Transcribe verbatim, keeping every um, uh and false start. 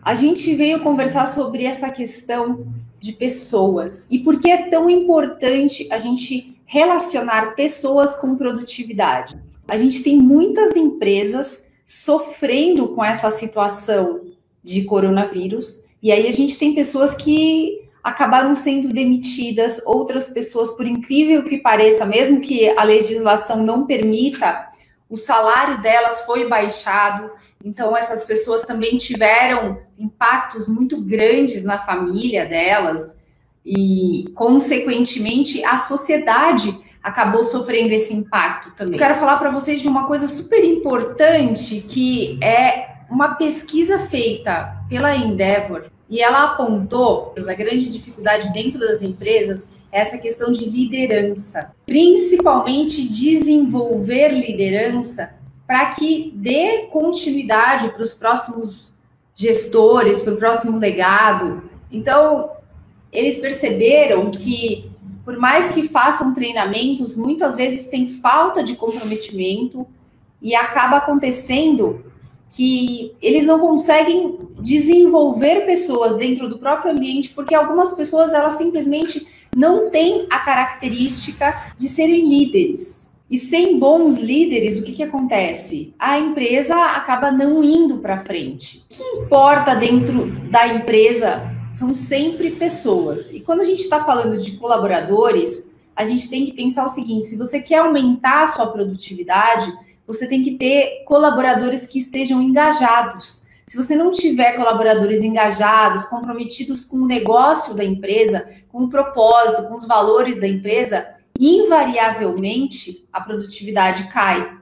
A gente veio conversar sobre essa questão de pessoas e por que é tão importante a gente relacionar pessoas com produtividade. A gente tem muitas empresas sofrendo com essa situação de coronavírus e aí a gente tem pessoas que acabaram sendo demitidas, outras pessoas, por incrível que pareça, mesmo que a legislação não permita, o salário delas foi baixado. Então, essas pessoas também tiveram impactos muito grandes na família delas e, consequentemente, a sociedade acabou sofrendo esse impacto também. Eu quero falar para vocês de uma coisa super importante, que é uma pesquisa feita pela Endeavor, e ela apontou a grande dificuldade dentro das empresas é essa questão de liderança, principalmente desenvolver liderança para que dê continuidade para os próximos gestores, para o próximo legado. Então, eles perceberam que, por mais que façam treinamentos, muitas vezes tem falta de comprometimento e acaba acontecendo que eles não conseguem desenvolver pessoas dentro do próprio ambiente, porque algumas pessoas, elas simplesmente não têm a característica de serem líderes. E sem bons líderes, o que, que acontece? A empresa acaba não indo para frente. O que importa dentro da empresa são sempre pessoas. E quando a gente está falando de colaboradores, a gente tem que pensar o seguinte: se você quer aumentar a sua produtividade, você tem que ter colaboradores que estejam engajados. Se você não tiver colaboradores engajados, comprometidos com o negócio da empresa, com o propósito, com os valores da empresa, invariavelmente a produtividade cai.